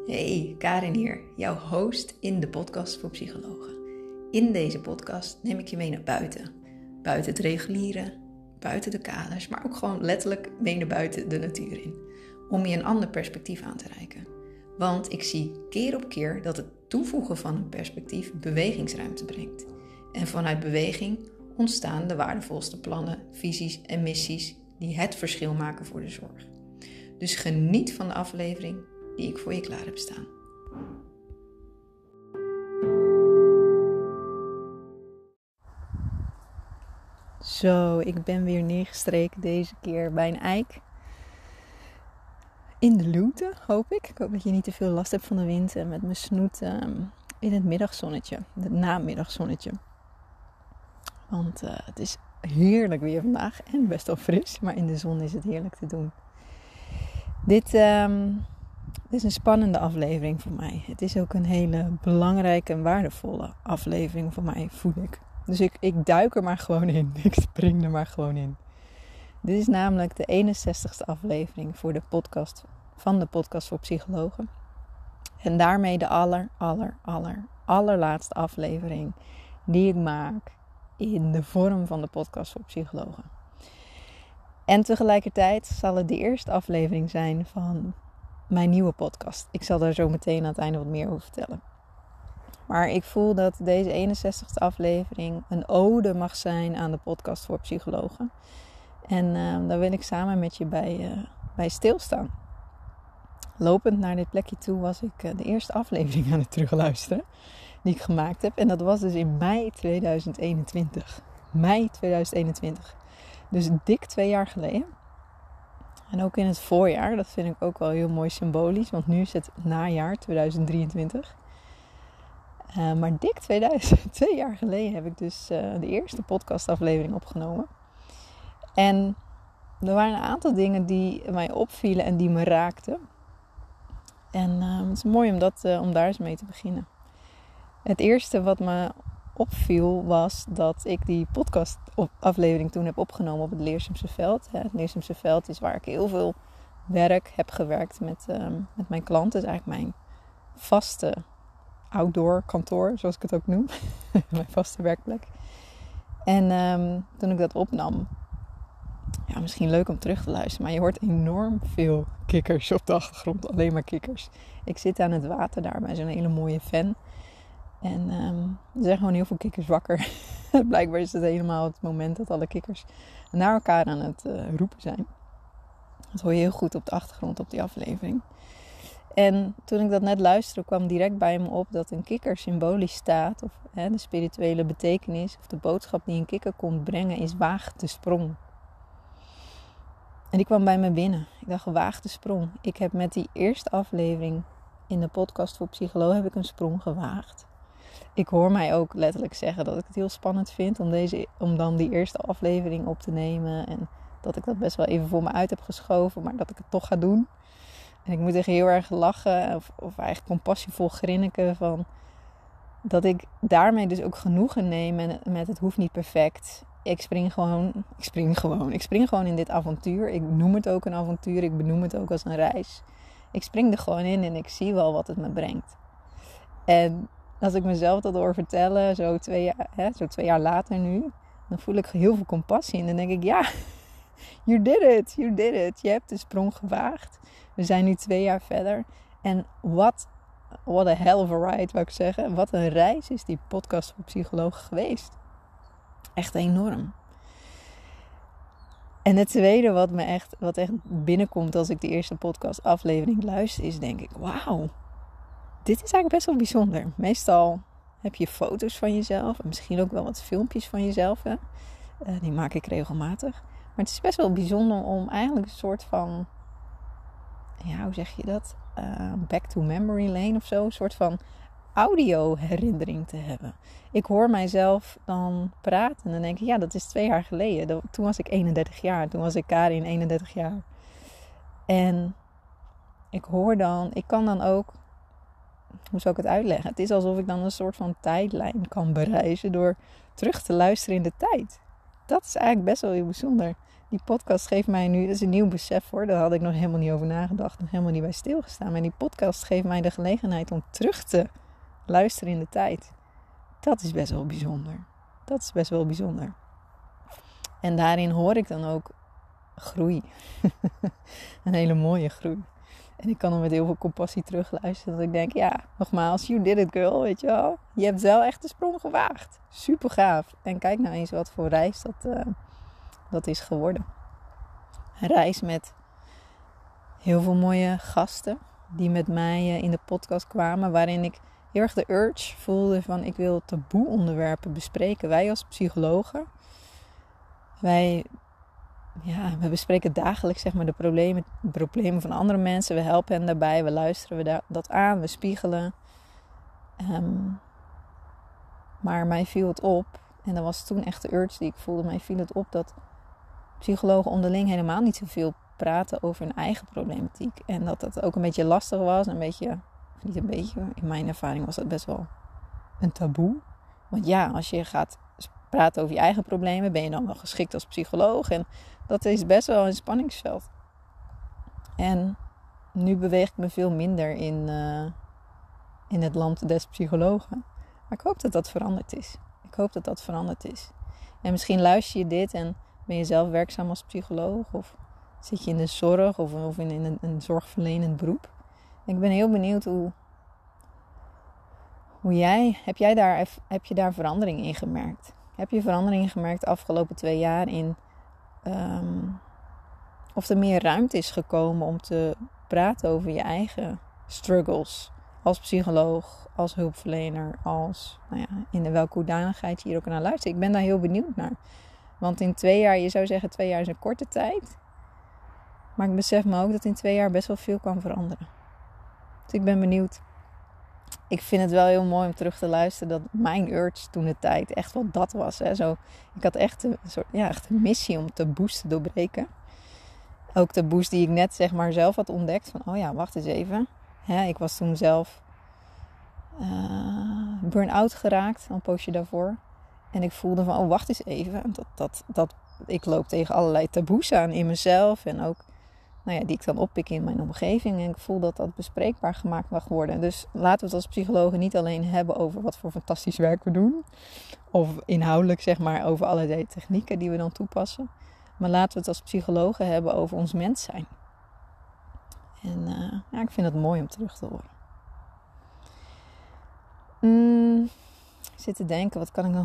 Hey, Karin hier, jouw host in de podcast voor psychologen. In deze podcast neem ik je mee naar buiten. Buiten het reguliere, buiten de kaders, maar ook gewoon letterlijk mee naar buiten de natuur in. Om je een ander perspectief aan te reiken. Want ik zie keer op keer dat het toevoegen van een perspectief bewegingsruimte brengt. En vanuit beweging ontstaan de waardevolste plannen, visies en missies die het verschil maken voor de zorg. Dus geniet van de aflevering die ik voor je klaar heb staan. Zo, ik ben weer neergestreken deze keer bij een eik. In de Loete, hoop ik. Ik hoop dat je niet te veel last hebt van de wind. En met mijn snoet in het middagzonnetje, het namiddagzonnetje. Want het is heerlijk weer vandaag en best wel fris. Maar in de zon is het heerlijk te doen. Dit is een spannende aflevering voor mij. Het is ook een hele belangrijke en waardevolle aflevering voor mij, voel ik. Dus ik duik er maar gewoon in. Ik spring er maar gewoon in. Dit is namelijk de 61ste aflevering voor de podcast voor psychologen. En daarmee de allerlaatste aflevering die ik maak in de vorm van de podcast voor psychologen. En tegelijkertijd zal het de eerste aflevering zijn van mijn nieuwe podcast. Ik zal daar zo meteen aan het einde wat meer over vertellen. Maar ik voel dat deze 61ste aflevering een ode mag zijn aan de podcast voor psychologen. En daar wil ik samen met je bij stilstaan. Lopend naar dit plekje toe was ik de eerste aflevering aan het terugluisteren die ik gemaakt heb. En dat was dus in mei 2021. Mei 2021. Dus dik 2 jaar geleden. En ook in het voorjaar, dat vind ik ook wel heel mooi symbolisch. Want nu is het najaar 2023. Maar dik 2 jaar geleden heb ik dus de eerste podcastaflevering opgenomen. En er waren een aantal dingen die mij opvielen en die me raakten. En het is mooi om daar eens mee te beginnen. Het eerste wat me opviel was dat ik die podcastaflevering toen heb opgenomen op het Leersumse Veld. Het Leersumse Veld is waar ik heel veel werk heb gewerkt met mijn klanten. Het is eigenlijk mijn vaste outdoor kantoor, zoals ik het ook noem. Mijn vaste werkplek. En toen ik dat opnam, ja, misschien leuk om terug te luisteren, maar je hoort enorm veel kikkers op de achtergrond. Alleen maar kikkers. Ik zit aan het water daar bij zo'n hele mooie ven. En er zijn gewoon heel veel kikkers wakker. Blijkbaar is het helemaal het moment dat alle kikkers naar elkaar aan het roepen zijn. Dat hoor je heel goed op de achtergrond op die aflevering. En toen ik dat net luisterde, kwam direct bij me op dat een kikker symbolisch staat. Of de spirituele betekenis of de boodschap die een kikker komt brengen is waag de sprong. En die kwam bij me binnen. Ik dacht, waag de sprong. Ik heb met die eerste aflevering in de podcast voor psycholoog heb ik een sprong gewaagd. Ik hoor mij ook letterlijk zeggen dat ik het heel spannend vind om dan die eerste aflevering op te nemen. En dat ik dat best wel even voor me uit heb geschoven, maar dat ik het toch ga doen. En ik moet echt heel erg lachen of eigenlijk compassievol grinniken van dat ik daarmee dus ook genoegen neem met het hoeft niet perfect. Ik spring gewoon in dit avontuur. Ik noem het ook een avontuur. Ik benoem het ook als een reis. Ik spring er gewoon in en ik zie wel wat het me brengt. En als ik mezelf dat hoor vertellen, zo 2 jaar later nu, dan voel ik heel veel compassie. En dan denk ik, ja, you did it. Je hebt de sprong gewaagd. We zijn nu 2 jaar verder. En what a hell of a ride, wou ik zeggen. Wat een reis is die podcast voor psychologen geweest. Echt enorm. En het tweede wat echt binnenkomt als ik de eerste podcastaflevering luister, is denk ik, wauw. Dit is eigenlijk best wel bijzonder. Meestal heb je foto's van jezelf. En misschien ook wel wat filmpjes van jezelf. Hè? Die maak ik regelmatig. Maar het is best wel bijzonder om eigenlijk een soort van, ja, hoe zeg je dat? Back to memory lane of zo. Een soort van audio herinnering te hebben. Ik hoor mijzelf dan praten en dan denk ik, ja, dat is 2 jaar geleden. Toen was ik 31 jaar. Toen was ik Karin 31 jaar. En ik kan dan ook, hoe zou ik het uitleggen? Het is alsof ik dan een soort van tijdlijn kan bereizen door terug te luisteren in de tijd. Dat is eigenlijk best wel heel bijzonder. Die podcast geeft mij nu, dat is een nieuw besef hoor. Daar had ik nog helemaal niet over nagedacht. Nog helemaal niet bij stilgestaan. Maar die podcast geeft mij de gelegenheid om terug te luisteren in de tijd. Dat is best wel bijzonder. Dat is best wel bijzonder. En daarin hoor ik dan ook groei. Een hele mooie groei. En ik kan dan met heel veel compassie terugluisteren. Dat ik denk, ja, nogmaals, you did it girl, weet je wel. Je hebt wel echt de sprong gewaagd. Super gaaf. En kijk nou eens wat voor reis dat is geworden. Een reis met heel veel mooie gasten. Die met mij in de podcast kwamen. Waarin ik heel erg de urge voelde van ik wil taboe onderwerpen bespreken. Wij als psychologen. We bespreken dagelijks zeg maar, de problemen van andere mensen. We helpen hen daarbij. We luisteren dat aan. We spiegelen. Maar mij viel het op. En dat was toen echt de urge die ik voelde. Mij viel het op dat psychologen onderling helemaal niet zoveel praten over hun eigen problematiek. En dat dat ook een beetje lastig was. In mijn ervaring was dat best wel een taboe. Want ja, als je gaat praten over je eigen problemen, ben je dan wel geschikt als psycholoog. En dat is best wel een spanningsveld. En nu beweeg ik me veel minder in het land des psychologen. Maar ik hoop dat dat veranderd is. En misschien luister je dit en ben je zelf werkzaam als psycholoog. Of zit je in de zorg of in een zorgverlenend beroep. En ik ben heel benieuwd heb je daar verandering in gemerkt? Heb je verandering gemerkt de afgelopen 2 jaar in of er meer ruimte is gekomen om te praten over je eigen struggles als psycholoog, als hulpverlener, in welke hoedanigheid je hier ook naar luistert. Ik ben daar heel benieuwd naar. Want in 2 jaar, je zou zeggen 2 jaar is een korte tijd. Maar ik besef me ook dat in 2 jaar best wel veel kan veranderen. Dus ik ben benieuwd. Ik vind het wel heel mooi om terug te luisteren dat mijn urge toen de tijd echt wel dat was. Hè. Ik had echt een missie om taboes te doorbreken. Ook taboes die ik net zeg maar zelf had ontdekt. Van wacht eens even. Ik was toen zelf burn-out geraakt, een poosje daarvoor. En ik voelde van wacht eens even. Dat ik loop tegen allerlei taboes aan in mezelf. En ook die ik dan oppik in mijn omgeving. En ik voel dat dat bespreekbaar gemaakt mag worden. Dus laten we het als psychologen niet alleen hebben over wat voor fantastisch werk we doen. Of inhoudelijk zeg maar over allerlei technieken die we dan toepassen. Maar laten we het als psychologen hebben over ons mens zijn. En ik vind het mooi om terug te horen. Ik zit te denken, wat kan ik nog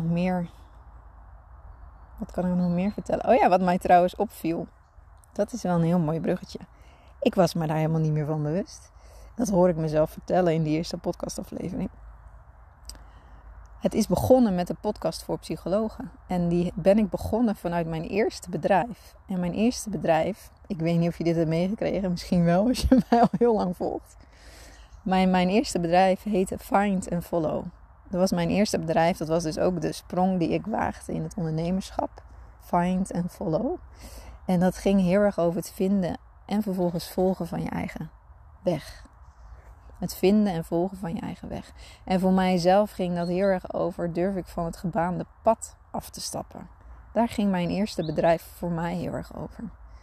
meer vertellen? Wat mij trouwens opviel. Dat is wel een heel mooi bruggetje. Ik was me daar helemaal niet meer van bewust. Dat hoor ik mezelf vertellen in die eerste podcastaflevering. Het is begonnen met een podcast voor psychologen. En die ben ik begonnen vanuit mijn eerste bedrijf. En mijn eerste bedrijf, ik weet niet of je dit hebt meegekregen, misschien wel als je mij al heel lang volgt. Maar mijn eerste bedrijf heette Find and Follow. Dat was mijn eerste bedrijf. Dat was dus ook de sprong die ik waagde in het ondernemerschap. Find and Follow. En dat ging heel erg over het vinden en vervolgens volgen van je eigen weg. Het vinden en volgen van je eigen weg. En voor mijzelf ging dat heel erg over, durf ik van het gebaande pad af te stappen. Daar ging mijn eerste bedrijf voor mij heel erg over.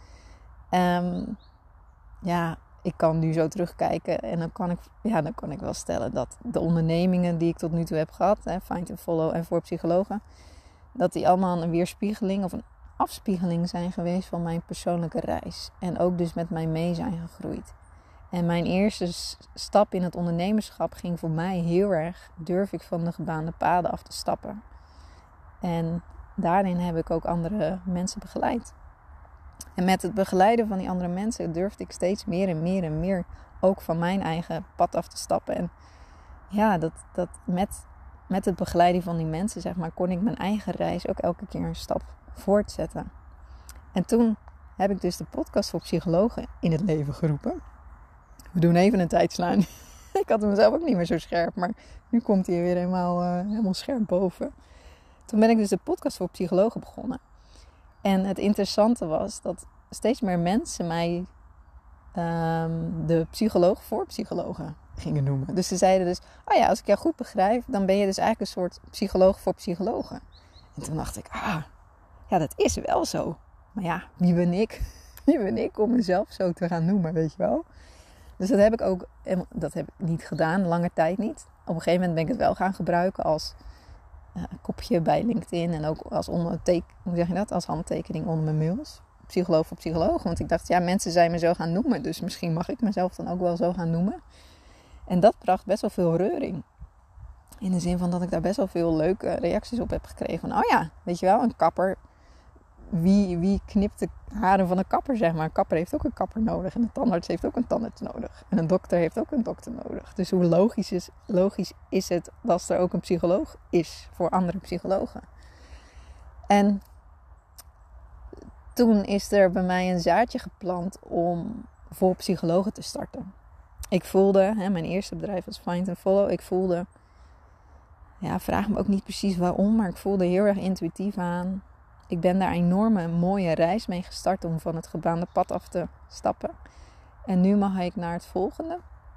Ik kan nu zo terugkijken en dan kan ik wel stellen dat de ondernemingen die ik tot nu toe heb gehad, Find and Follow en voor psychologen, dat die allemaal een weerspiegeling of een afspiegeling zijn geweest van mijn persoonlijke reis. En ook dus met mij mee zijn gegroeid. En mijn eerste stap in het ondernemerschap ging voor mij heel erg, durf ik van de gebaande paden af te stappen. En daarin heb ik ook andere mensen begeleid. En met het begeleiden van die andere mensen durfde ik steeds meer en meer en meer ook van mijn eigen pad af te stappen. En dat met het begeleiden van die mensen, zeg maar, kon ik mijn eigen reis ook elke keer een stap voortzetten. En toen heb ik dus de podcast voor psychologen in het leven geroepen. We doen even een tijdslaan. Ik had hem mezelf ook niet meer zo scherp, maar nu komt hij weer helemaal scherp boven. Toen ben ik dus de podcast voor psychologen begonnen. En het interessante was dat steeds meer mensen mij de psycholoog voor psychologen gingen noemen. Dus ze zeiden dus, als ik jou goed begrijp, dan ben je dus eigenlijk een soort psycholoog voor psychologen. En toen dacht ik, dat is wel zo. Maar ja, wie ben ik? Wie ben ik om mezelf zo te gaan noemen, weet je wel? Dus dat heb ik ook, dat heb ik niet gedaan, lange tijd niet. Op een gegeven moment ben ik het wel gaan gebruiken als kopje bij LinkedIn. En ook als als handtekening onder mijn mails. Psycholoog voor psycholoog. Want ik dacht, ja, mensen zijn me zo gaan noemen. Dus misschien mag ik mezelf dan ook wel zo gaan noemen. En dat bracht best wel veel reuring. In de zin van dat ik daar best wel veel leuke reacties op heb gekregen. Van, oh ja, weet je wel, een kapper. Wie knipt de haren van een kapper, zeg maar. Een kapper heeft ook een kapper nodig. En een tandarts heeft ook een tandarts nodig. En een dokter heeft ook een dokter nodig. Dus hoe logisch is het dat er ook een psycholoog is voor andere psychologen. En toen is er bij mij een zaadje geplant om voor psychologen te starten. Ik voelde, mijn eerste bedrijf was Find and Follow. Ik voelde, vraag me ook niet precies waarom, maar ik voelde heel erg intuïtief aan. Ik ben daar een enorme mooie reis mee gestart om van het gebaande pad af te stappen. En nu mag ik naar het volgende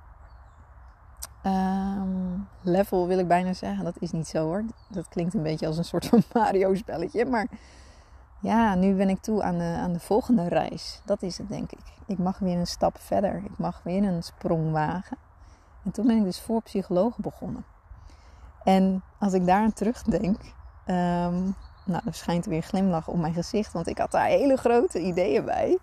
level, wil ik bijna zeggen. Dat is niet zo hoor. Dat klinkt een beetje als een soort van Mario spelletje. Maar ja, nu ben ik toe aan de volgende reis. Dat is het, denk ik. Ik mag weer een stap verder. Ik mag weer een sprong wagen. En toen ben ik dus voor psychologen begonnen. En als ik daar aan terugdenk, er schijnt weer glimlach op mijn gezicht. Want ik had daar hele grote ideeën bij.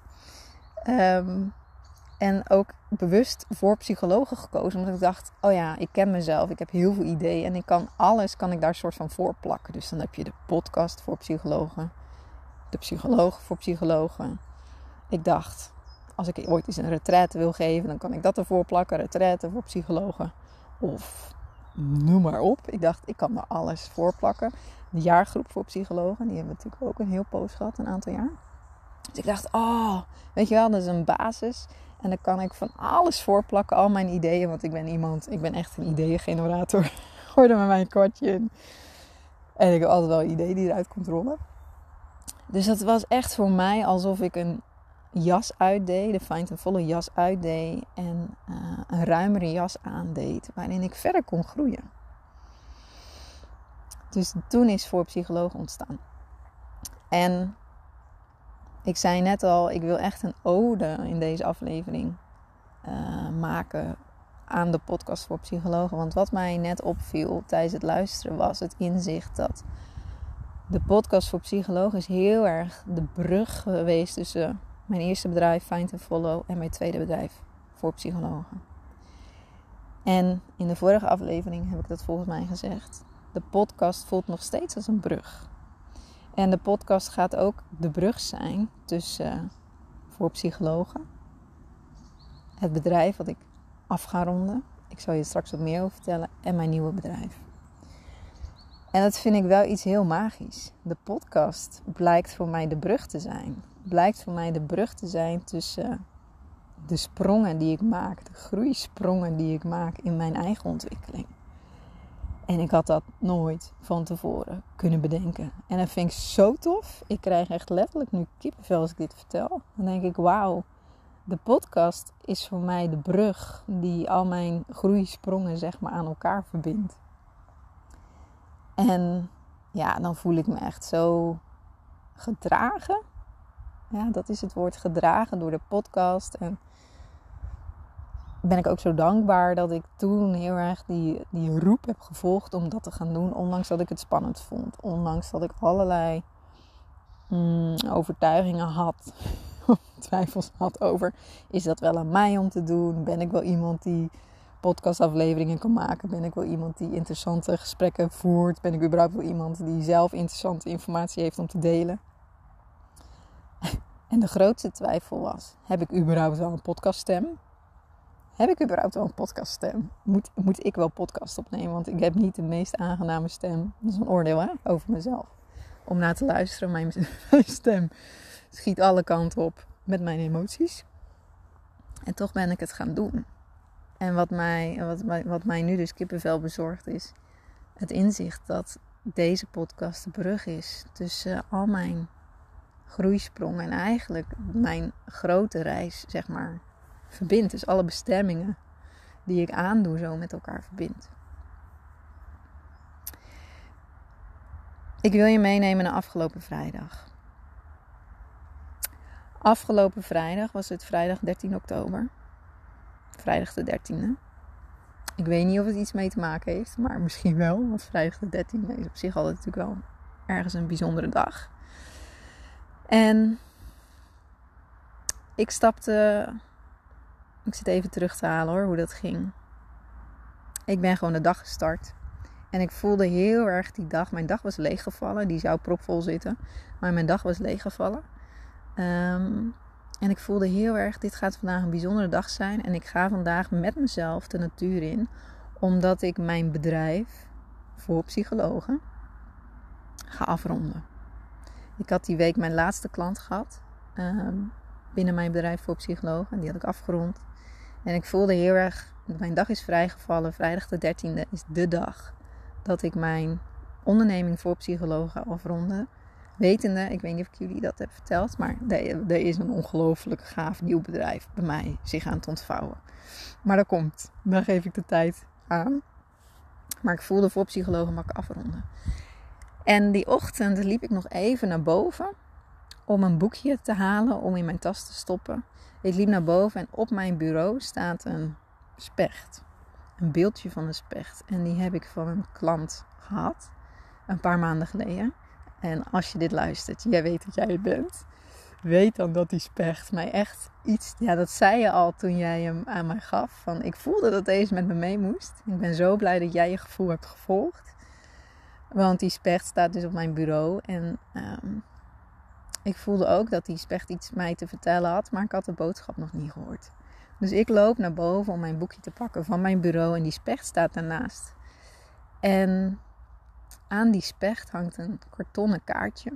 En ook bewust voor psychologen gekozen. Omdat ik dacht, oh ja, ik ken mezelf. Ik heb heel veel ideeën. En ik kan ik daar een soort van voor plakken. Dus dan heb je de podcast voor psychologen. De psycholoog voor psychologen. Ik dacht, als ik ooit eens een retraite wil geven, dan kan ik dat ervoor plakken. Retraite voor psychologen. Of noem maar op. Ik dacht, ik kan er alles voor plakken. De jaargroep voor psychologen. Die hebben natuurlijk ook een heel poos gehad, een aantal jaar. Dus ik dacht, weet je wel, dat is een basis. En dan kan ik van alles voorplakken, al mijn ideeën. Want ik ben echt een ideeëngenerator. Gooi er met mij een kwartje in. En ik heb altijd wel ideeën die eruit komt rollen. Dus dat was echt voor mij alsof ik een jas uitdeed. De Find and Follow jas uitdeed. En een ruimere jas aandeed. Waarin ik verder kon groeien. Dus toen is voor psycholoog ontstaan. En ik zei net al, ik wil echt een ode in deze aflevering maken aan de podcast voor psychologen. Want wat mij net opviel tijdens het luisteren was het inzicht dat de podcast voor psychologen is heel erg de brug geweest tussen mijn eerste bedrijf Find and Follow en mijn tweede bedrijf voor psychologen. En in de vorige aflevering heb ik dat volgens mij gezegd. De podcast voelt nog steeds als een brug. En de podcast gaat ook de brug zijn tussen voor psychologen, het bedrijf wat ik af ga ronden. Ik zal je straks wat meer over vertellen. En mijn nieuwe bedrijf. En dat vind ik wel iets heel magisch. De podcast blijkt voor mij de brug te zijn. Blijkt voor mij de brug te zijn tussen de sprongen die ik maak. De groeisprongen die ik maak in mijn eigen ontwikkeling. En ik had dat nooit van tevoren kunnen bedenken. En dat vind ik zo tof. Ik krijg echt letterlijk nu kippenvel als ik dit vertel. Dan denk ik, wauw. De podcast is voor mij de brug die al mijn groeisprongen zeg maar aan elkaar verbindt. En ja, dan voel ik me echt zo gedragen. Ja, dat is het woord, gedragen door de podcast. En ben ik ook zo dankbaar dat ik toen heel erg die roep heb gevolgd om dat te gaan doen. Ondanks dat ik het spannend vond. Ondanks dat ik allerlei overtuigingen had. Twijfels had over, is dat wel aan mij om te doen? Ben ik wel iemand die podcastafleveringen kan maken? Ben ik wel iemand die interessante gesprekken voert? Ben ik überhaupt wel iemand die zelf interessante informatie heeft om te delen? En de grootste twijfel was, heb ik überhaupt wel een podcaststem? Heb ik überhaupt wel een podcaststem? Moet ik wel podcast opnemen? Want ik heb niet de meest aangename stem. Dat is een oordeel over mezelf. Om naar te luisteren, mijn stem schiet alle kanten op met mijn emoties. En toch ben ik het gaan doen. En wat mij nu dus kippenvel bezorgt is het inzicht dat deze podcast de brug is tussen al mijn groeisprongen en eigenlijk mijn grote reis, zeg maar, verbindt. Dus alle bestemmingen die ik aandoe zo met elkaar verbindt. Ik wil je meenemen naar afgelopen vrijdag. Afgelopen vrijdag was het vrijdag 13 oktober. Vrijdag de 13e. Ik weet niet of het iets mee te maken heeft, maar misschien wel. Want vrijdag de 13e is op zich altijd natuurlijk wel ergens een bijzondere dag. En ik zit even terug te halen hoor, hoe dat ging. Ik ben gewoon de dag gestart. En ik voelde heel erg die dag. Mijn dag was leeggevallen. Die zou propvol zitten. Maar mijn dag was leeggevallen. En ik voelde heel erg, dit gaat vandaag een bijzondere dag zijn. En ik ga vandaag met mezelf de natuur in. Omdat ik mijn bedrijf voor psychologen ga afronden. Ik had die week mijn laatste klant gehad. Binnen mijn bedrijf voor psychologen. Die had ik afgerond. En ik voelde heel erg, mijn dag is vrijgevallen. Vrijdag de 13e is de dag dat ik mijn onderneming voor psychologen afronde. Wetende, ik weet niet of ik jullie dat heb verteld, maar er is een ongelooflijk gaaf nieuw bedrijf bij mij zich aan het ontvouwen. Maar dat komt, daar geef ik de tijd aan. Maar ik voelde voor psychologen mag ik afronden. En die ochtend liep ik nog even naar boven om een boekje te halen, om in mijn tas te stoppen. Ik liep naar boven en op mijn bureau staat een specht. Een beeldje van een specht. En die heb ik van een klant gehad. Een paar maanden geleden. En als je dit luistert, jij weet dat jij het bent. Weet dan dat die specht mij echt iets... Ja, dat zei je al toen jij hem aan mij gaf. Van, ik voelde dat deze met me mee moest. Ik ben zo blij dat jij je gevoel hebt gevolgd. Want die specht staat dus op mijn bureau. En ik voelde ook dat die specht iets mij te vertellen had. Maar ik had de boodschap nog niet gehoord. Dus ik loop naar boven om mijn boekje te pakken van mijn bureau. En die specht staat daarnaast. En aan die specht hangt een kartonnen kaartje.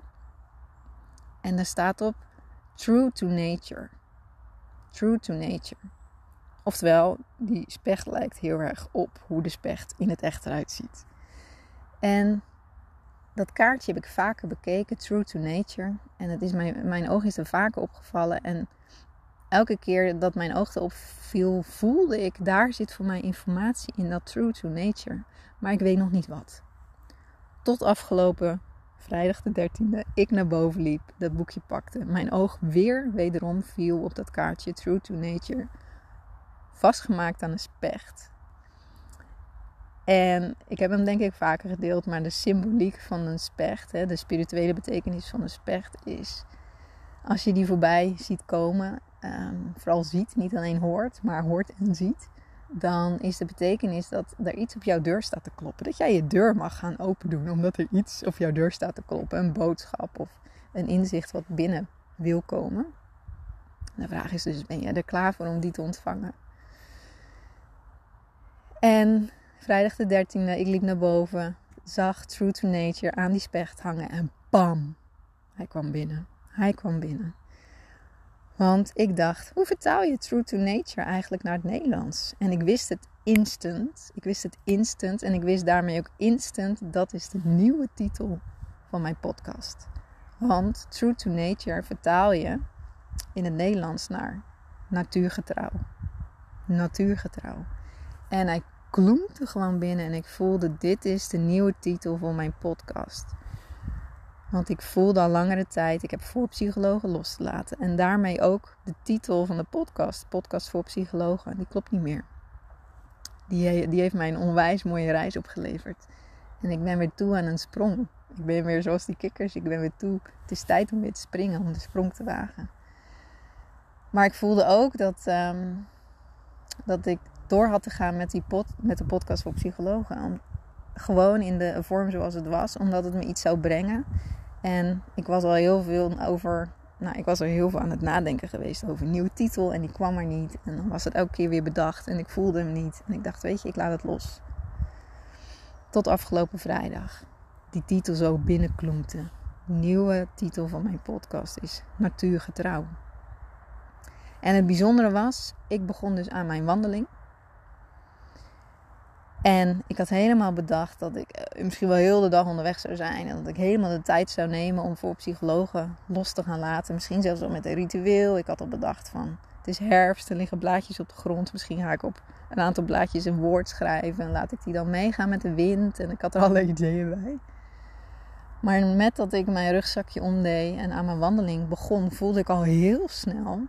En daar staat op True to Nature. True to Nature. Oftewel, die specht lijkt heel erg op hoe de specht in het echt eruit ziet. En dat kaartje heb ik vaker bekeken, True to Nature. En het is mijn oog is er vaker opgevallen. En elke keer dat mijn oog erop viel, voelde ik, daar zit voor mij informatie in dat True to Nature. Maar ik weet nog niet wat. Tot afgelopen vrijdag de 13e, ik naar boven liep, dat boekje pakte. Mijn oog wederom viel op dat kaartje True to Nature. Vastgemaakt aan een specht. En ik heb hem denk ik vaker gedeeld, maar de symboliek van een specht, de spirituele betekenis van een specht is, als je die voorbij ziet komen, vooral ziet, niet alleen hoort, maar hoort en ziet, dan is de betekenis dat er iets op jouw deur staat te kloppen. Dat jij je deur mag gaan open doen, omdat er iets op jouw deur staat te kloppen. Een boodschap of een inzicht wat binnen wil komen. De vraag is dus, ben je er klaar voor om die te ontvangen? En vrijdag de 13e, ik liep naar boven, zag True to Nature aan die specht hangen en bam, hij kwam binnen. Want ik dacht, hoe vertaal je True to Nature eigenlijk naar het Nederlands? En ik wist het instant. En ik wist daarmee ook instant, dat is de nieuwe titel van mijn podcast. Want True to Nature vertaal je in het Nederlands naar natuurgetrouw. Natuurgetrouw. En hij klompte gewoon binnen en ik voelde, dit is de nieuwe titel van mijn podcast. Want ik voelde al langere tijd, ik heb voor psychologen los te laten. En daarmee ook de titel van de podcast voor psychologen, die klopt niet meer. Die heeft mij een onwijs mooie reis opgeleverd. En ik ben weer toe aan een sprong. Ik ben weer zoals die kikkers, ik ben weer toe. Het is tijd om weer te springen, om de sprong te wagen. Maar ik voelde ook dat ik door had te gaan met de podcast voor psychologen. Gewoon in de vorm zoals het was, omdat het me iets zou brengen. En ik was al heel veel aan het nadenken geweest over een nieuwe titel. En die kwam er niet. En dan was het elke keer weer bedacht. En ik voelde hem niet. En ik dacht, weet je, ik laat het los. Tot afgelopen vrijdag. Die titel zo binnenklonkte. De nieuwe titel van mijn podcast is Natuurgetrouw. En het bijzondere was, ik begon dus aan mijn wandeling. En ik had helemaal bedacht dat ik misschien wel heel de dag onderweg zou zijn. En dat ik helemaal de tijd zou nemen om voor psychologen los te gaan laten. Misschien zelfs wel met een ritueel. Ik had al bedacht van, het is herfst, er liggen blaadjes op de grond. Misschien ga ik op een aantal blaadjes een woord schrijven. En laat ik die dan meegaan met de wind. En ik had er allerlei ideeën bij. Maar met dat ik mijn rugzakje omdeed en aan mijn wandeling begon, voelde ik al heel snel: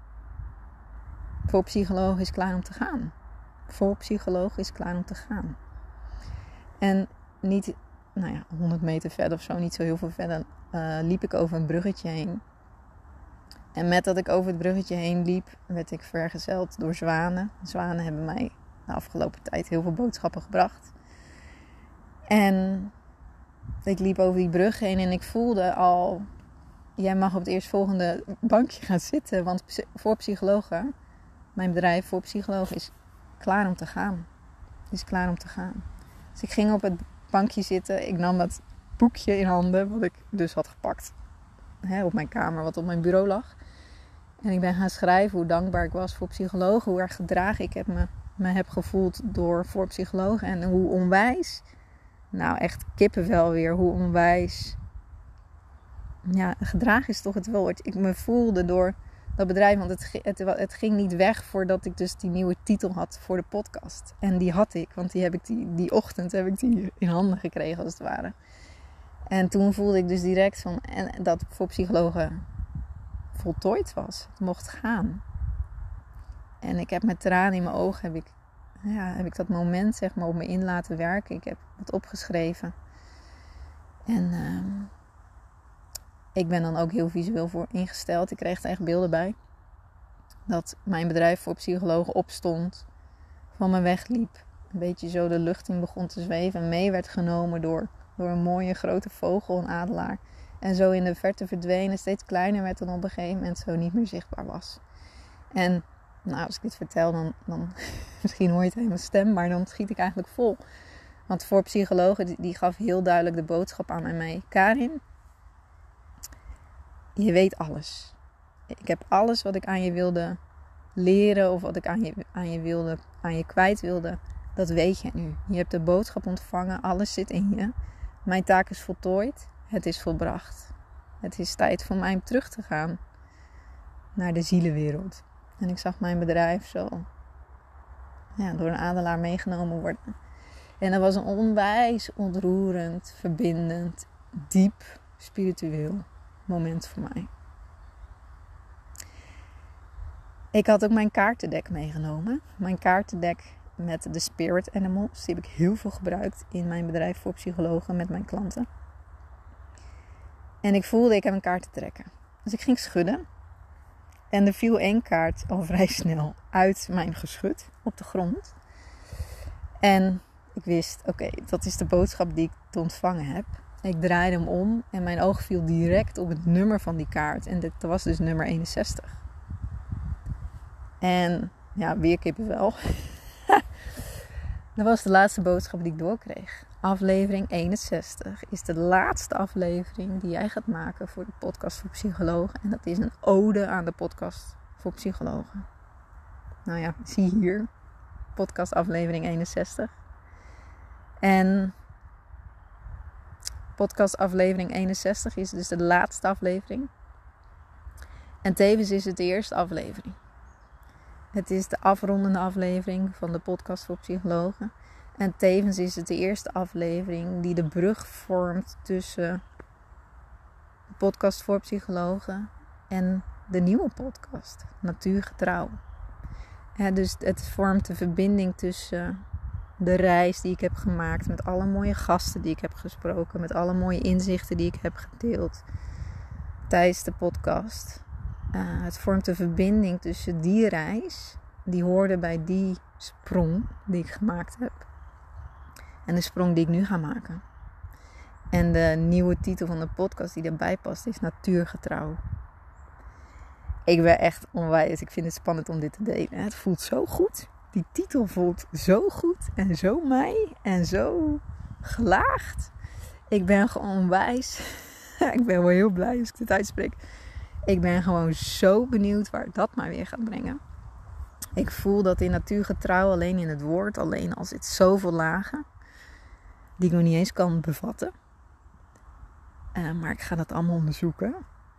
voor psycholoog is klaar om te gaan. Voor psycholoog is klaar om te gaan. En niet 100 meter verder of zo, niet zo heel veel verder, liep ik over een bruggetje heen. En met dat ik over het bruggetje heen liep, werd ik vergezeld door zwanen. Zwanen hebben mij de afgelopen tijd heel veel boodschappen gebracht. En ik liep over die brug heen en ik voelde al: jij mag op het eerstvolgende bankje gaan zitten. Want voor psychologen, mijn bedrijf voor psychologen, is klaar om te gaan. Is klaar om te gaan. Dus ik ging op het bankje zitten. Ik nam dat boekje in handen, wat ik dus had gepakt op mijn kamer, wat op mijn bureau lag. En ik ben gaan schrijven hoe dankbaar ik was voor psychologen. Hoe erg gedragen ik me heb gevoeld voor psychologen. En hoe onwijs, echt kippenvel weer, hoe onwijs, gedragen is toch het woord. Ik me voelde door dat bedrijf, want het ging niet weg voordat ik dus die nieuwe titel had voor de podcast. En die had ik, want die ochtend heb ik die in handen gekregen als het ware. En toen voelde ik dus direct dat voor psychologen voltooid was. Het mocht gaan. En ik heb met tranen in mijn ogen heb ik dat moment op me in laten werken. Ik heb het opgeschreven. En ik ben dan ook heel visueel voor ingesteld. Ik kreeg er echt beelden bij. Dat mijn bedrijf voor psychologen opstond. Van me wegliep. Een beetje zo de lucht in begon te zweven. En mee werd genomen door een mooie grote vogel, een adelaar. En zo in de verte verdwenen, steeds kleiner werd en op een gegeven moment zo niet meer zichtbaar was. En als ik dit vertel, dan misschien hoor je het in mijn stem, maar dan schiet ik eigenlijk vol. Want voor psychologen, die gaf heel duidelijk de boodschap aan mij mee: Karin, je weet alles. Ik heb alles wat ik aan je wilde leren of wat ik aan je kwijt wilde, dat weet je nu. Je hebt de boodschap ontvangen, alles zit in je. Mijn taak is voltooid, het is volbracht. Het is tijd voor mij om terug te gaan naar de zielenwereld. En ik zag mijn bedrijf zo door een adelaar meegenomen worden. En dat was een onwijs ontroerend, verbindend, diep, spiritueel moment voor mij. Ik had ook mijn kaartendek meegenomen. Mijn kaartendek met de Spirit Animals. Die heb ik heel veel gebruikt in mijn bedrijf voor psychologen met mijn klanten. En ik voelde, ik heb een kaart te trekken. Dus ik ging schudden. En er viel 1 kaart al vrij snel uit mijn geschut op de grond. En ik wist, oké, dat is de boodschap die ik te ontvangen heb. Ik draaide hem om en mijn oog viel direct op het nummer van die kaart. En dat was dus nummer 61. En weer kippenvel. Dat was de laatste boodschap die ik doorkreeg. Aflevering 61 is de laatste aflevering die jij gaat maken voor de podcast voor psychologen. En dat is een ode aan de podcast voor psychologen. Zie hier. Podcast aflevering 61. En podcast aflevering 61 is dus de laatste aflevering. En tevens is het de eerste aflevering. Het is de afrondende aflevering van de podcast voor psychologen. En tevens is het de eerste aflevering die de brug vormt tussen de podcast voor psychologen en de nieuwe podcast, Natuurgetrouw. Dus het vormt de verbinding tussen de reis die ik heb gemaakt, met alle mooie gasten die ik heb gesproken, met alle mooie inzichten die ik heb gedeeld tijdens de podcast. Het vormt de verbinding tussen die reis, die hoorde bij die sprong die ik gemaakt heb, en de sprong die ik nu ga maken. En de nieuwe titel van de podcast die erbij past is Natuurgetrouw. Ik ben echt onwijs. Ik vind het spannend om dit te delen. Het voelt zo goed. Die titel voelt zo goed en zo mij en zo gelaagd. Ik ben gewoon onwijs. Ik ben wel heel blij als ik dit uitspreek. Ik ben gewoon zo benieuwd waar dat maar weer gaat brengen. Ik voel dat in Natuurgetrouw, alleen in het woord, alleen al zit zoveel lagen die ik nog niet eens kan bevatten. Maar ik ga dat allemaal onderzoeken.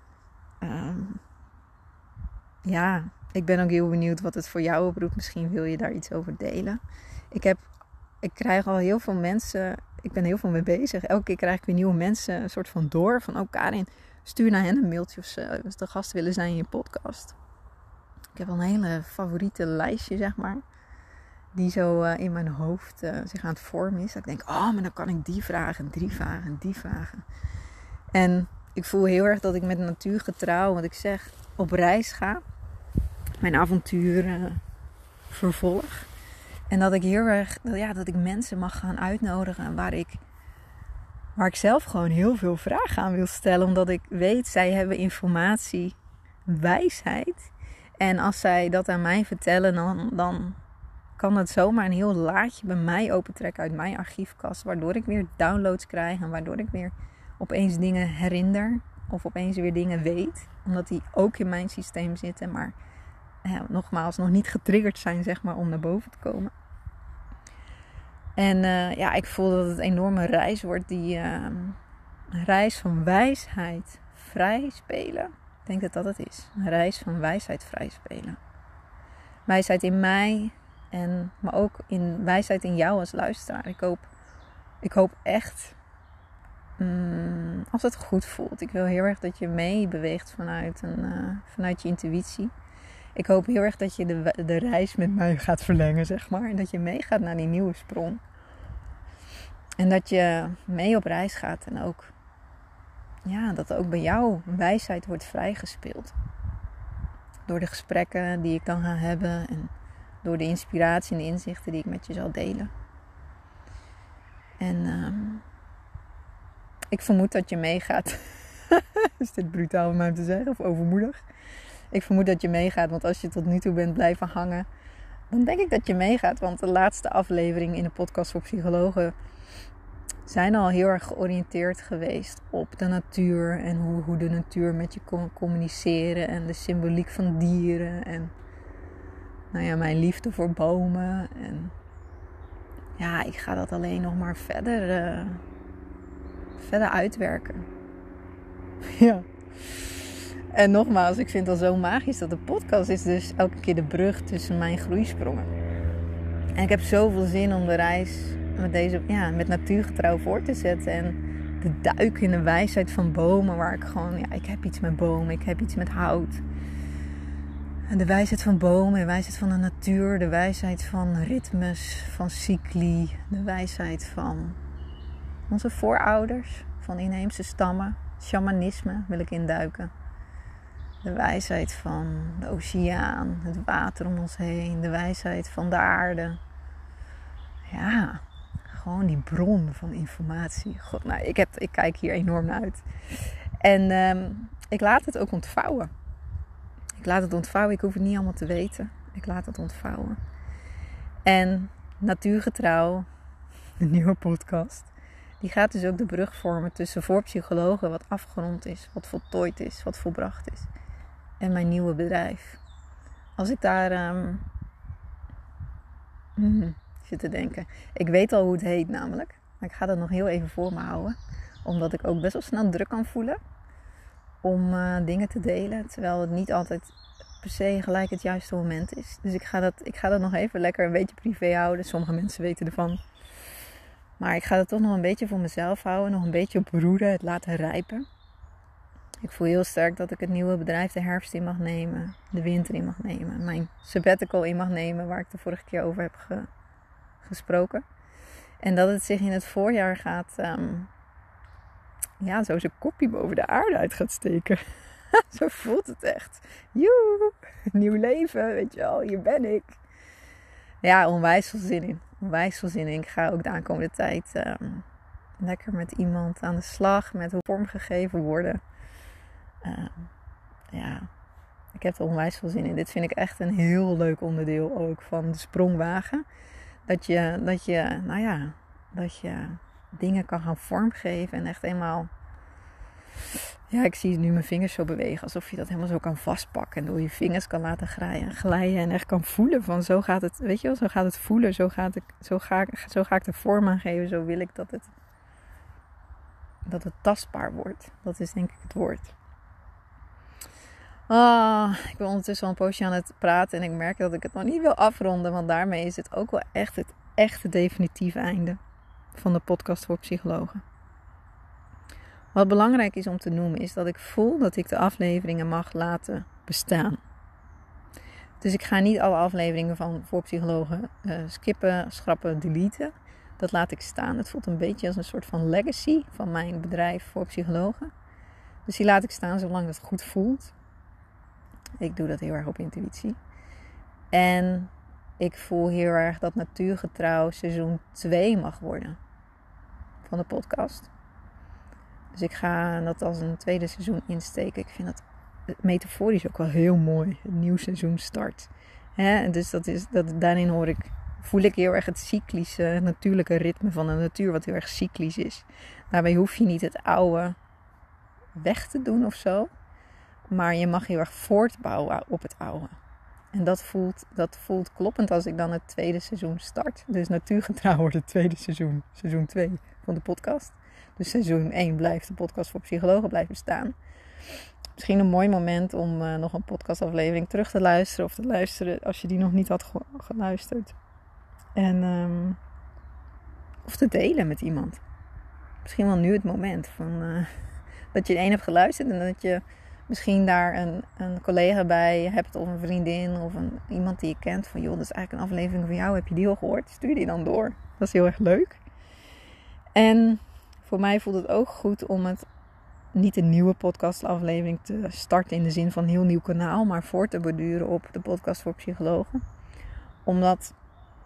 Ik ben ook heel benieuwd wat het voor jou oproept. Misschien wil je daar iets over delen. Ik krijg al heel veel mensen ik ben heel veel mee bezig. Elke keer krijg ik weer nieuwe mensen een soort van door. Van, oh Karin, stuur naar hen een mailtje of ze de gast willen zijn in je podcast. Ik heb al een hele favoriete lijstje, zeg maar. Die zo in mijn hoofd zich aan het vormen is. Dat ik denk, oh, maar dan kan ik die vragen, die vragen, die vragen. En ik voel heel erg dat ik met natuurgetrouw, wat ik zeg, op reis ga. Mijn avonturen vervolg. En dat ik heel erg, dat ik mensen mag gaan uitnodigen waar ik zelf gewoon heel veel vragen aan wil stellen. Omdat ik weet, zij hebben informatie, wijsheid. En als zij dat aan mij vertellen, dan kan dat zomaar een heel laadje bij mij opentrekken uit mijn archiefkast. Waardoor ik weer downloads krijg en waardoor ik weer opeens dingen herinner. Of opeens weer dingen weet. Omdat die ook in mijn systeem zitten. Maar nogmaals, nog niet getriggerd zijn, zeg maar, om naar boven te komen. En ik voel dat het een enorme reis wordt. Die reis van wijsheid vrij spelen. Ik denk dat dat het is. Een reis van wijsheid vrij spelen. Wijsheid in mij. Maar ook in wijsheid in jou als luisteraar. Ik hoop echt, als het goed voelt. Ik wil heel erg dat je meebeweegt vanuit je intuïtie. Ik hoop heel erg dat je de reis met mij gaat verlengen, zeg maar. En dat je meegaat naar die nieuwe sprong. En dat je mee op reis gaat. En ook, dat ook bij jou wijsheid wordt vrijgespeeld. Door de gesprekken die ik dan ga hebben. En door de inspiratie en de inzichten die ik met je zal delen. En ik vermoed dat je meegaat. Is dit brutaal om mij te zeggen? Of overmoedig? Ik vermoed dat je meegaat. Want als je tot nu toe bent blijven hangen, dan denk ik dat je meegaat. Want de laatste afleveringen in de podcast voor psychologen zijn al heel erg georiënteerd geweest op de natuur. En hoe de natuur met je kon communiceren. En de symboliek van dieren. En mijn liefde voor bomen. En ik ga dat alleen nog maar verder uitwerken. Ja. En nogmaals, ik vind het al zo magisch dat de podcast is dus elke keer de brug tussen mijn groeisprongen. En ik heb zoveel zin om de reis met natuurgetrouw voor te zetten. En de duik in de wijsheid van bomen. Waar ik gewoon, ik heb iets met bomen, ik heb iets met hout. En de wijsheid van bomen, de wijsheid van de natuur, de wijsheid van ritmes, van cycli. De wijsheid van onze voorouders, van inheemse stammen. Shamanisme wil ik induiken. De wijsheid van de oceaan, het water om ons heen, de wijsheid van de aarde. Ja, gewoon die bron van informatie. God, ik kijk hier enorm naar uit. En ik laat het ook ontvouwen. Ik hoef het niet allemaal te weten. Ik laat het ontvouwen. En natuurgetrouw, de nieuwe podcast, die gaat dus ook de brug vormen tussen voor psychologen wat afgerond is, wat voltooid is, wat volbracht is. En mijn nieuwe bedrijf. Als ik daar zit te denken. Ik weet al hoe het heet namelijk. Maar ik ga dat nog heel even voor me houden. Omdat ik ook best wel snel druk kan voelen. Om dingen te delen. Terwijl het niet altijd per se gelijk het juiste moment is. Dus ik ga dat nog even lekker een beetje privé houden. Sommige mensen weten ervan. Maar ik ga het toch nog een beetje voor mezelf houden. Nog een beetje broeden. Het laten rijpen. Ik voel heel sterk dat ik het nieuwe bedrijf de herfst in mag nemen. De winter in mag nemen. Mijn sabbatical in mag nemen. Waar ik de vorige keer over heb gesproken. En dat het zich in het voorjaar gaat... zo zijn kopje boven de aarde uit gaat steken. Zo voelt het echt. Joe, nieuw leven, weet je wel. Hier ben ik. Ja, onwijs veel zin in. Ik ga ook de aankomende tijd lekker met iemand aan de slag. Met hoe vormgegeven worden. Ik heb er onwijs veel zin in. Dit vind ik echt een heel leuk onderdeel ook van de sprongwagen. Dat je dingen kan gaan vormgeven en echt eenmaal... Ja, ik zie nu mijn vingers zo bewegen. Alsof je dat helemaal zo kan vastpakken. En door je vingers kan laten glijden. En echt kan voelen van zo gaat het. Weet je wel, zo gaat het voelen. Zo ga ik de vorm aan geven. Zo wil ik dat het tastbaar wordt. Dat is denk ik het woord. Ik ben ondertussen al een poosje aan het praten. En ik merk dat ik het nog niet wil afronden. Want daarmee is het ook wel echt het echte definitieve einde. van de podcast voor psychologen. Wat belangrijk is om te noemen is dat ik voel dat ik de afleveringen mag laten bestaan. Dus ik ga niet alle afleveringen van voor psychologen skippen, schrappen, deleten. Dat laat ik staan. Het voelt een beetje als een soort van legacy van mijn bedrijf voor psychologen. Dus die laat ik staan zolang het goed voelt. Ik doe dat heel erg op intuïtie. En ik voel heel erg dat Natuurgetrouw seizoen 2 mag worden van de podcast. Dus ik ga dat als een tweede seizoen insteken. Ik vind dat metaforisch ook wel heel mooi. Een nieuw seizoen start. Dus daarin voel ik heel erg het cyclische, natuurlijke ritme van de natuur. Wat heel erg cyclisch is. Daarbij hoef je niet het oude weg te doen of zo. Maar je mag heel erg voortbouwen op het oude. En dat voelt kloppend als ik dan het tweede seizoen start. Dus Natuurgetrouw wordt het tweede seizoen. Seizoen 2 van de podcast. Dus seizoen 1 blijft de podcast voor psychologen blijven staan. Misschien een mooi moment om nog een podcastaflevering terug te luisteren. Of te luisteren als je die nog niet had geluisterd. En of te delen met iemand. Misschien wel nu het moment van dat je de een hebt geluisterd. En dat je misschien daar een collega bij hebt. Of een vriendin. Of iemand die je kent. Van joh, dat is eigenlijk een aflevering van jou. Heb je die al gehoord? Stuur die dan door. Dat is heel erg leuk. En voor mij voelt het ook goed om het niet een nieuwe podcastaflevering te starten in de zin van een heel nieuw kanaal, maar voor te borduren op de podcast voor psychologen. Omdat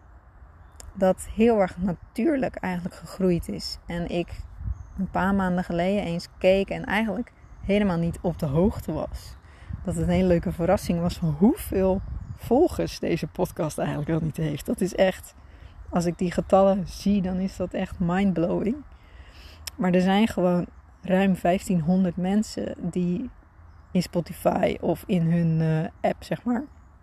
dat heel erg natuurlijk eigenlijk gegroeid is. En ik een paar maanden geleden eens keek en eigenlijk helemaal niet op de hoogte was. Dat het een hele leuke verrassing was van hoeveel volgers deze podcast eigenlijk wel niet heeft. Dat is echt, als ik die getallen zie, dan is dat echt mindblowing. Maar er zijn gewoon ruim 1500 mensen die in Spotify of in hun app, zeg maar,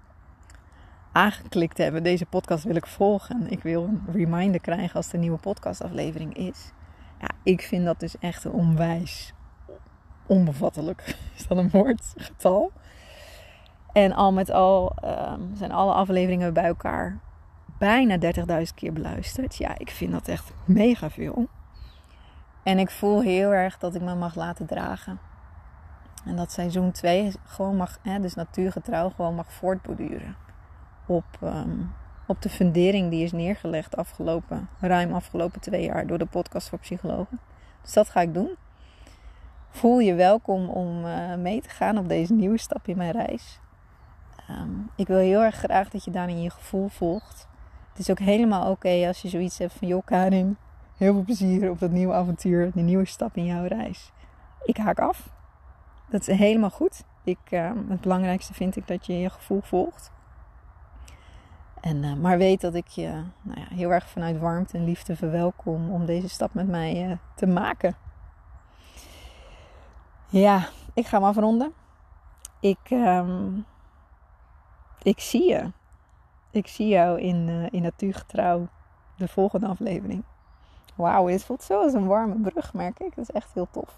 aangeklikt hebben. Deze podcast wil ik volgen. Ik wil een reminder krijgen als er een nieuwe podcastaflevering is. Ja, ik vind dat dus echt een onwijs onbevattelijk. Is dat een woord? Getal? En al met al zijn alle afleveringen bij elkaar bijna 30.000 keer beluisterd. Ja, ik vind dat echt mega veel. En ik voel heel erg dat ik me mag laten dragen. En dat seizoen 2 gewoon mag, dus Natuurgetrouw gewoon mag voortborduren. Op de fundering die is neergelegd ruim afgelopen 2 jaar door de podcast voor psychologen. Dus dat ga ik doen. Voel je welkom om mee te gaan op deze nieuwe stap in mijn reis. Ik wil heel erg graag dat je daarin je gevoel volgt. Het is ook helemaal oké als je zoiets hebt van joh Karin, heel veel plezier op dat nieuwe avontuur, die nieuwe stap in jouw reis. Ik haak af. Dat is helemaal goed. Het belangrijkste vind ik dat je je gevoel volgt. Maar weet dat ik je heel erg vanuit warmte en liefde verwelkom om deze stap met mij te maken. Ja, ik ga hem afronden. Ik zie je. Ik zie jou in Natuurgetrouw, de volgende aflevering. Wauw, dit voelt zo als een warme brug, merk ik. Dat is echt heel tof.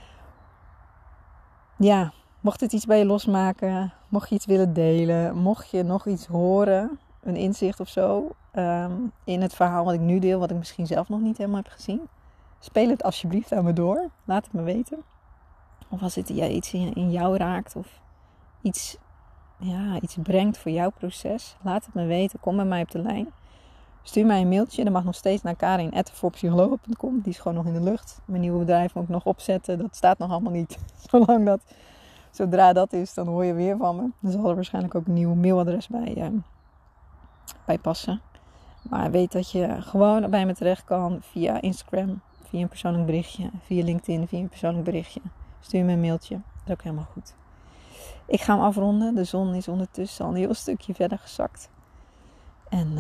Ja, mocht het iets bij je losmaken, mocht je iets willen delen, mocht je nog iets horen, een inzicht of zo, in het verhaal wat ik nu deel, wat ik misschien zelf nog niet helemaal heb gezien, speel het alsjeblieft aan me door. Laat het me weten. Of als het iets in jou raakt of iets brengt voor jouw proces, laat het me weten. Kom bij mij op de lijn. Stuur mij een mailtje. Dat mag nog steeds naar karin@voorpsychologen.com. Die is gewoon nog in de lucht. Mijn nieuwe bedrijf moet ik nog opzetten. Dat staat nog allemaal niet. Zodra dat is, dan hoor je weer van me. Dan zal er waarschijnlijk ook een nieuw mailadres bij passen. Maar weet dat je gewoon bij me terecht kan via Instagram, via een persoonlijk berichtje, via LinkedIn, via een persoonlijk berichtje. Stuur me een mailtje. Dat is ook helemaal goed. Ik ga hem afronden. De zon is ondertussen al een heel stukje verder gezakt. En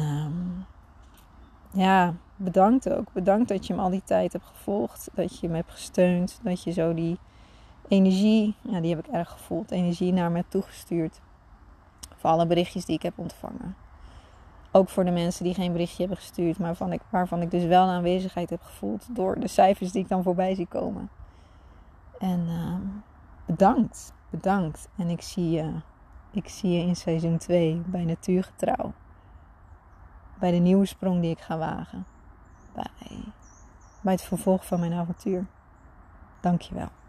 bedankt ook. Bedankt dat je hem al die tijd hebt gevolgd. Dat je me hebt gesteund. Dat je zo die energie, die heb ik erg gevoeld, energie naar me hebt toegestuurd. Voor alle berichtjes die ik heb ontvangen. Ook voor de mensen die geen berichtje hebben gestuurd, maar waarvan ik dus wel een aanwezigheid heb gevoeld door de cijfers die ik dan voorbij zie komen. En bedankt. En ik zie je in seizoen 2 bij Natuurgetrouw. Bij de nieuwe sprong die ik ga wagen. Bij bij het vervolg van mijn avontuur. Dank je wel.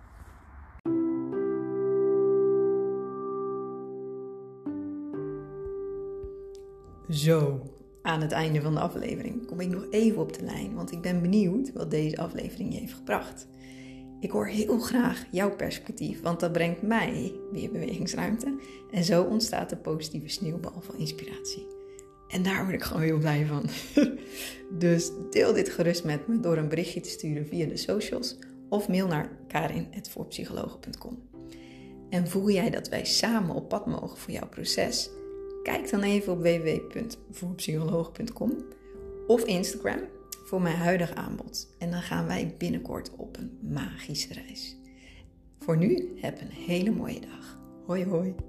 Zo, aan het einde van de aflevering kom ik nog even op de lijn, want ik ben benieuwd wat deze aflevering je heeft gebracht. Ik hoor heel graag jouw perspectief, want dat brengt mij weer bewegingsruimte en zo ontstaat de positieve sneeuwbal van inspiratie. En daar word ik gewoon heel blij van. Dus deel dit gerust met me door een berichtje te sturen via de socials of mail naar karin@voorpsychologen.com. En voel jij dat wij samen op pad mogen voor jouw proces? Kijk dan even op www.voorpsychologen.com of Instagram voor mijn huidige aanbod. En dan gaan wij binnenkort op een magische reis. Voor nu, heb een hele mooie dag. Hoi hoi.